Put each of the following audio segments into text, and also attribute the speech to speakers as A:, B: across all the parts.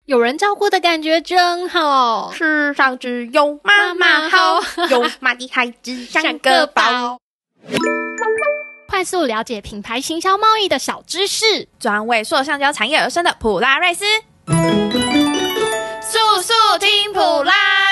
A: 有人照顾的感觉真好，
B: 世上只有妈妈好，有妈的孩子像个宝。
A: 快速了解品牌行销贸易的小知识，
B: 专为塑橡胶产业而生的普拉瑞斯，速速听普拉。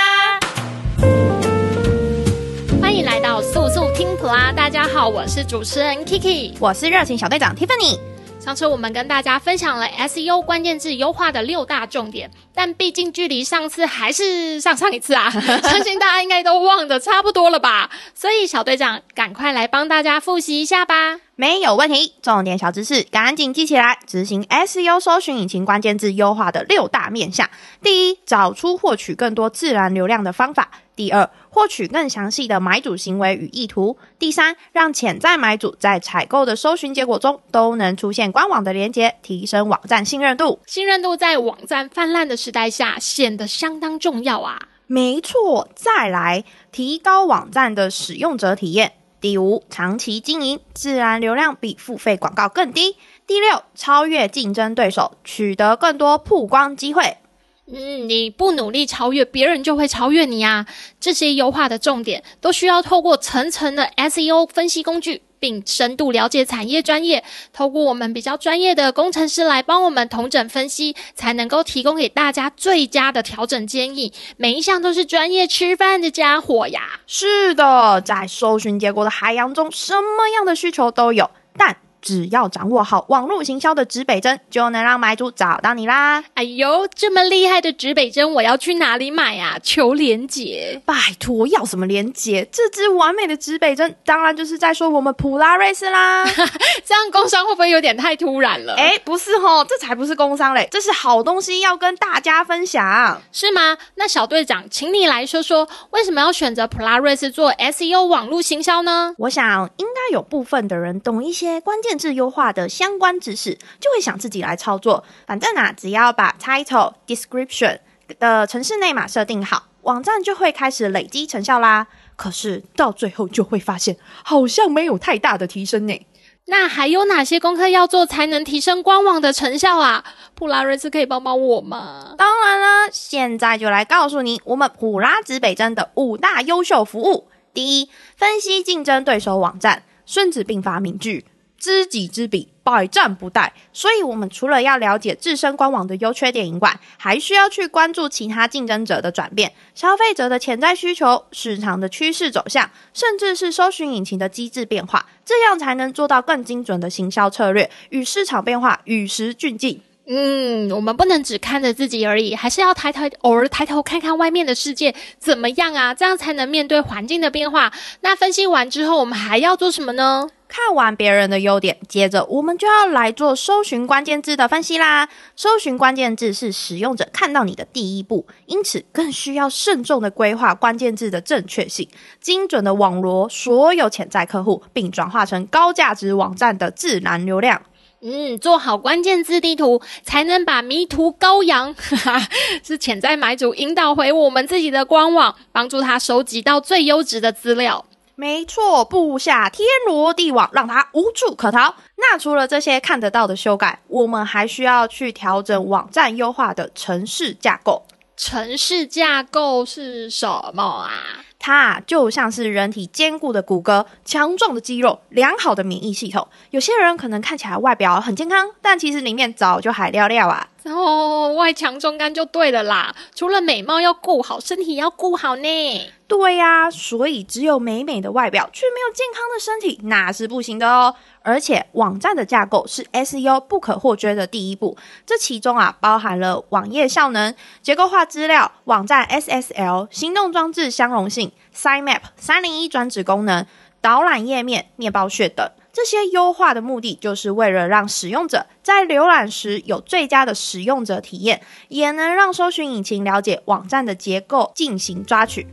A: 欢迎来到速速听普拉，大家好，我是主持人 Kiki，
B: 我是热情小队长 Tiffany。
A: 上次我们跟大家分享了 SEO 关键字优化的6大重点，但毕竟距离上次还是上一次啊，相信大家应该都忘得差不多了吧？所以小队长赶快来帮大家复习一下吧。
B: 没有问题，重点小知识赶紧记起来。执行 SEO 搜寻引擎关键字优化的6大面向：第一，找出获取更多自然流量的方法；第二，获取更详细的买主行为与意图；第三，让潜在买主在采购的搜寻结果中都能出现官网的连结，提升网站信任度。
A: 信任度在网站泛滥的时代下显得相当重要啊。
B: 没错，再来，提高网站的使用者体验。第五，长期经营，自然流量比付费广告更低。第六，超越竞争对手，取得更多曝光机会。
A: 你不努力超越，别人就会超越你啊！这些优化的重点都需要透过层层的 SEO 分析工具，并深度了解产业专业，透过我们比较专业的工程师来帮我们统整分析，才能够提供给大家最佳的调整建议。每一项都是专业吃饭的家伙呀！
B: 是的，在搜寻结果的海洋中，什么样的需求都有，但只要掌握好网络行销的指北针，就能让买主找到你啦。
A: 哎呦，这么厉害的指北针，我要去哪里买啊？求连结！
B: 拜托，要什么连结？这支完美的指北针，当然就是在说我们普拉瑞斯啦。
A: 这样工商会不会有点太突然了？
B: 不是齁，这才不是工商嘞，这是好东西要跟大家分享。
A: 是吗？那小队长，请你来说说，为什么要选择普拉瑞斯做 SEO 网络行销呢？
B: 我想应该有部分的人懂一些关键字优化的相关知识，就会想自己来操作。反正只要把 title、description 的程式内码设定好，网站就会开始累积成效啦。可是到最后就会发现，好像没有太大的提升呢。
A: 那还有哪些功课要做才能提升官网的成效啊？普拉瑞斯可以帮帮我吗？
B: 当然了，现在就来告诉你我们普拉指北针的5大优秀服务。第一，分析竞争对手网站，孙子兵法名句，知己知彼，百战不殆。所以我们除了要了解自身官网的优缺点以外，还需要去关注其他竞争者的转变、消费者的潜在需求、市场的趋势走向，甚至是搜寻引擎的机制变化，这样才能做到更精准的行销策略，与市场变化与时俱进。
A: 我们不能只看着自己而已，还是要偶尔抬头看看外面的世界怎么样啊，这样才能面对环境的变化。那分析完之后，我们还要做什么呢？
B: 看完别人的优点，接着我们就要来做搜寻关键字的分析啦。搜寻关键字是使用者看到你的第一步，因此更需要慎重的规划关键字的正确性，精准的网罗所有潜在客户，并转化成高价值网站的自然流量。
A: 做好关键字地图，才能把迷途羔羊是潜在买主引导回我们自己的官网，帮助他收集到最优质的资料。
B: 没错，布下天罗地网，让他无处可逃。那除了这些看得到的修改，我们还需要去调整网站优化的程式架构。
A: 程式架构是什么啊？
B: 它就像是人体坚固的骨骼、强壮的肌肉、良好的免疫系统。有些人可能看起来外表很健康，但其实里面早就海尿尿啊。
A: 外强中干就对了啦，除了美貌要顾好，身体要顾好呢。
B: 对啊，所以只有美美的外表却没有健康的身体，那是不行的哦。而且网站的架构是 SEO 不可或缺的第一步，这其中包含了网页效能、结构化资料、网站 SSL、行动装置相容性、Sitemap 301专指功能、导览页面、面包屑等。这些优化的目的就是为了让使用者在浏览时有最佳的使用者体验，也能让搜寻引擎了解网站的结构进行抓取。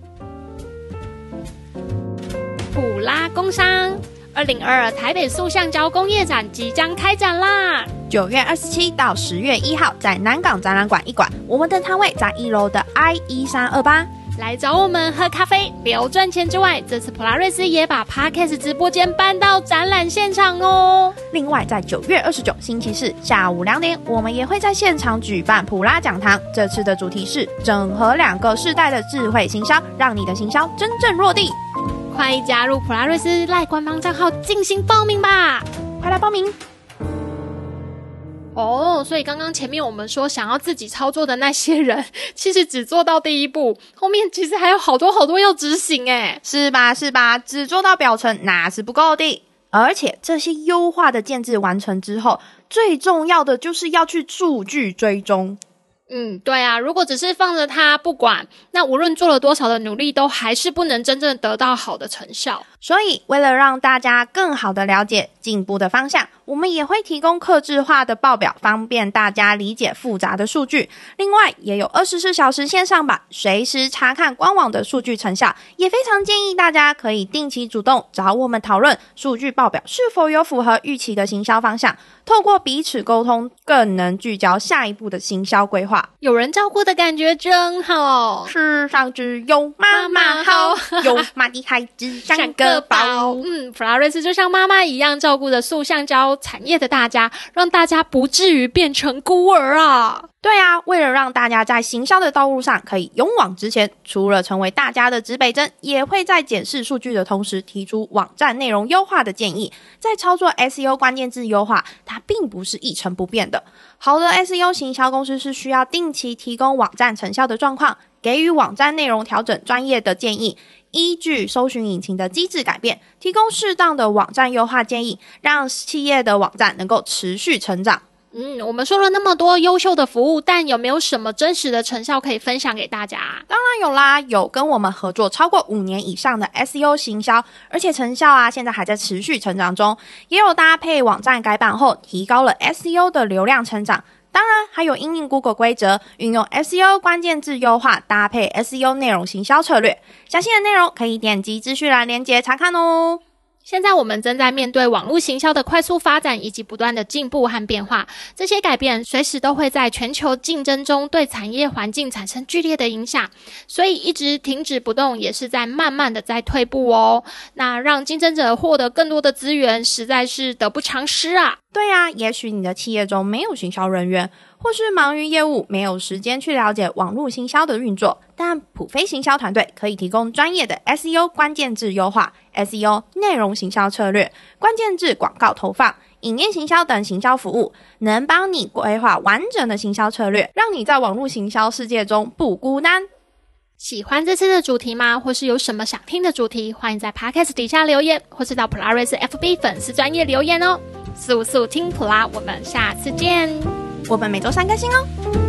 A: 普拉工商2022台北塑橡胶工业展即将开展啦
B: ！9月27到10月1号在南港展览馆1馆，我们的摊位在1楼的 I1328。
A: 来找我们喝咖啡留赚钱之外，这次普拉瑞斯也把 Podcast 直播间搬到展览现场哦。
B: 另外在9月29星期四下午2点，我们也会在现场举办普拉讲堂，这次的主题是整合2个世代的智慧行销，让你的行销真正落地。
A: 快加入普拉瑞斯赖官方账号进行报名吧，
B: 快来报名
A: 哦。所以刚刚前面我们说想要自己操作的那些人，其实只做到第一步，后面其实还有好多要执行耶。
B: 是吧，只做到表层那是不够的。而且这些优化的建制完成之后，最重要的就是要去数据追踪。
A: 对啊，如果只是放着它不管，那无论做了多少的努力，都还是不能真正得到好的成效。
B: 所以为了让大家更好的了解进步的方向，我们也会提供客制化的报表，方便大家理解复杂的数据。另外也有24小时线上版，随时查看官网的数据成效，也非常建议大家可以定期主动找我们讨论数据报表是否有符合预期的行销方向，透过彼此沟通，更能聚焦下一步的行销规划。
A: 有人照顾的感觉真好，
B: 世上只有妈妈好，有妈的孩子像个宝。
A: 普拉瑞斯就像妈妈一样照顾着塑橡胶产业的大家，让大家不至于变成孤儿啊。
B: 对啊，为了让大家在行销的道路上可以勇往直前，除了成为大家的指北针，也会在检视数据的同时提出网站内容优化的建议。在操作 SEO 关键字优化，它并不是一成不变的。好的 SEO 行销公司是需要定期提供网站成效的状况，给予网站内容调整专业的建议，依据搜寻引擎的机制改变，提供适当的网站优化建议，让企业的网站能够持续成长。
A: 我们说了那么多优秀的服务，但有没有什么真实的成效可以分享给大家？
B: 当然有啦，有跟我们合作超过5年以上的 SEO 行销，而且成效现在还在持续成长中，也有搭配网站改版后提高了 SEO 的流量成长。当然还有因应 Google 规则，运用 SEO 关键字优化搭配 SEO 内容行销策略。详细的内容可以点击资讯栏连结查看哦。
A: 现在我们正在面对网络行销的快速发展以及不断的进步和变化，这些改变随时都会在全球竞争中对产业环境产生剧烈的影响，所以一直停止不动也是在慢慢的在退步哦。那让竞争者获得更多的资源，实在是得不偿失啊。
B: 对啊，也许你的企业中没有行销人员，或是忙于业务，没有时间去了解网络行销的运作，但普飞行销团队可以提供专业的 SEO 关键字优化、SEO 内容行销策略、关键字广告投放、影音行销等行销服务，能帮你规划完整的行销策略，让你在网络行销世界中不孤单。
A: 喜欢这次的主题吗？或是有什么想听的主题，欢迎在 Podcast 底下留言，或是到普拉瑞斯 FB 粉丝专页留言哦。速速听普拉，我们下次见。
B: 我们每周3更新哦。